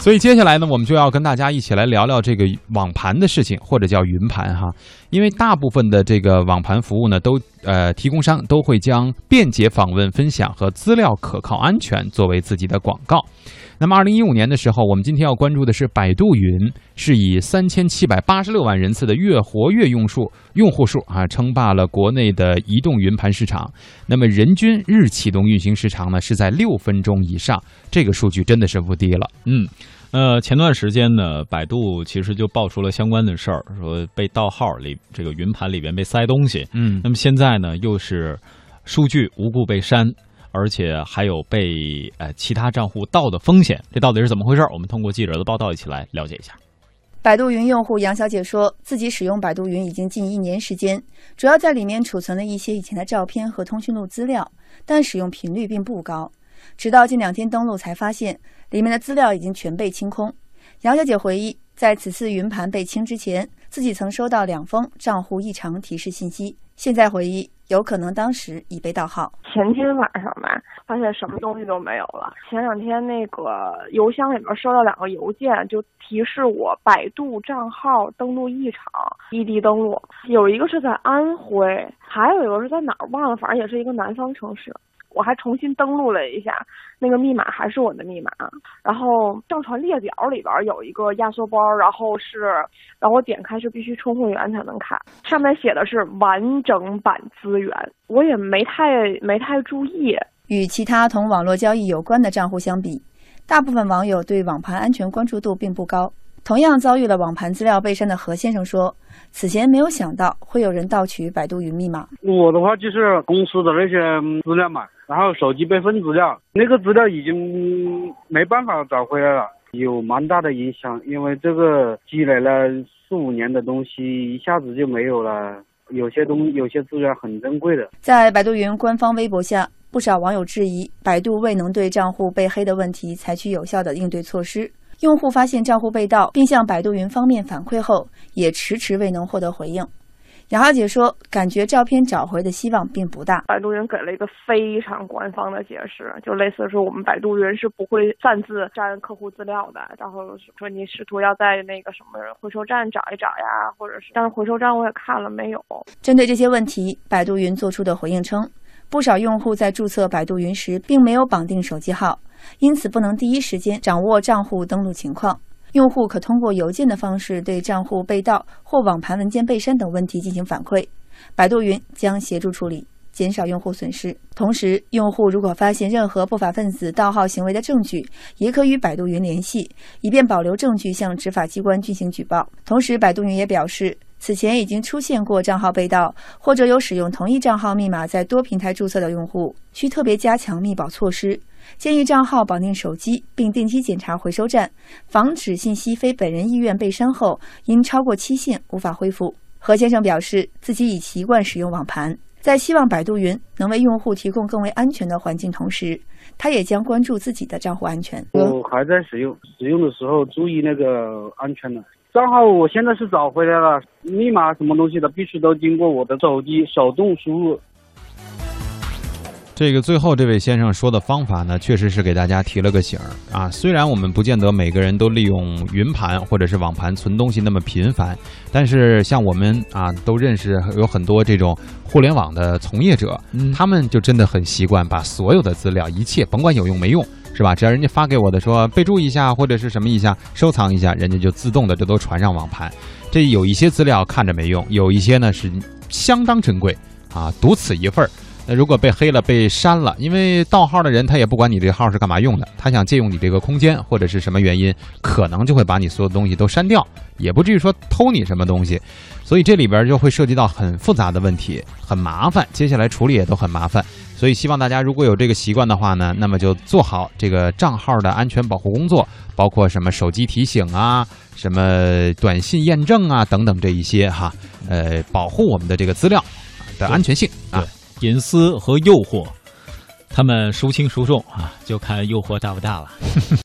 所以接下来呢，我们就要跟大家一起来聊聊这个网盘的事情，或者叫云盘哈。因为大部分的这个网盘服务呢，提供商都会将便捷访问、分享和资料可靠、安全作为自己的广告。那么2015年的时候，我们今天要关注的是百度云，是以3786万人次的月活跃用户数称霸了国内的移动云盘市场。那么人均日启动运行时长呢是在6分钟以上，这个数据真的是不低了。 前段时间呢，百度其实就爆出了相关的事儿，说被盗号里这个云盘里边被塞东西。那么现在呢，又是数据无故被删，而且还有被其他账户盗的风险，这到底是怎么回事？我们通过记者的报道一起来了解一下。 百度云用户杨小姐说，自己使用百度云已经近1年时间，主要在里面储存了一些以前的照片和通讯录资料，但使用频率并不高。直到近2天登录才发现，里面的资料已经全被清空。杨小姐回忆，在此次云盘被清之前，自己曾收到2封账户异常提示信息。现在回忆，有可能当时已被盗号。 前天晚上吧，发现什么东西都没有了。前2天那个邮箱里边收到2个邮件，就提示我百度账号登录异常，异地登录。有一个是在安徽，还有一个是在哪儿忘了，反正也是一个南方城市。我还重新登录了一下，那个密码还是我的密码，然后上传列表里边有一个压缩包，然后我点开是必须充会员才能看，上面写的是完整版资源，我也没太注意。 与其他同网络交易有关的账户相比，大部分网友对网盘安全关注度并不高。同样遭遇了网盘资料被删的何先生说，此前没有想到会有人盗取百度云密码。 我的话就是公司的那些资料嘛，然后手机备份资料，那个资料已经没办法找回来了，有蛮大的影响，因为这个积累了4-5年的东西一下子就没有了，有些资源很珍贵的。 在百度云官方微博下，不少网友质疑百度未能对账户被黑的问题采取有效的应对措施。用户发现账户被盗并向百度云方面反馈后，也迟迟未能获得回应。杨小姐说，感觉照片找回的希望并不大。 百度云给了一个非常官方的解释，就类似说我们百度云是不会擅自占客户资料的，然后说你试图要在那个什么回收站找一找呀，或者是，但是回收站我也看了没有。 针对这些问题，百度云做出的回应称，不少用户在注册百度云时并没有绑定手机号，因此不能第一时间掌握账户登录情况。用户可通过邮件的方式对账户被盗或网盘文件被删等问题进行反馈，百度云将协助处理，减少用户损失。同时，用户如果发现任何不法分子盗号行为的证据，也可与百度云联系，以便保留证据向执法机关进行举报。同时，百度云也表示，此前已经出现过账号被盗，或者有使用同一账号密码在多平台注册的用户，需特别加强密保措施，建议账号绑定手机，并定期检查回收站，防止信息非本人意愿被删后因超过期限无法恢复。何先生表示，自己已习惯使用网盘，在希望百度云能为用户提供更为安全的环境同时，他也将关注自己的账户安全。 我还在使用的时候注意那个安全的。账号我现在是找回来了，密码什么东西的必须都经过我的手机手动输入。 这个最后这位先生说的方法呢，确实是给大家提了个醒啊。虽然我们不见得每个人都利用云盘或者是网盘存东西那么频繁，但是像我们都认识有很多这种互联网的从业者，他们就真的很习惯把所有的资料，一切甭管有用没用，是吧？只要人家发给我的说备注一下或者是什么一下收藏一下，人家就自动的这都传上网盘。这有一些资料看着没用，有一些呢是相当珍贵独此一份。那如果被黑了被删了，因为盗号的人他也不管你这个号是干嘛用的，他想借用你这个空间或者是什么原因，可能就会把你所有东西都删掉，也不至于说偷你什么东西。所以这里边就会涉及到很复杂的问题，很麻烦，接下来处理也都很麻烦。所以希望大家如果有这个习惯的话呢，那么就做好这个账号的安全保护工作，包括什么手机提醒什么短信验证等等这一些保护我们的这个资料的安全性隐私和诱惑，他们孰轻孰重就看诱惑大不大了。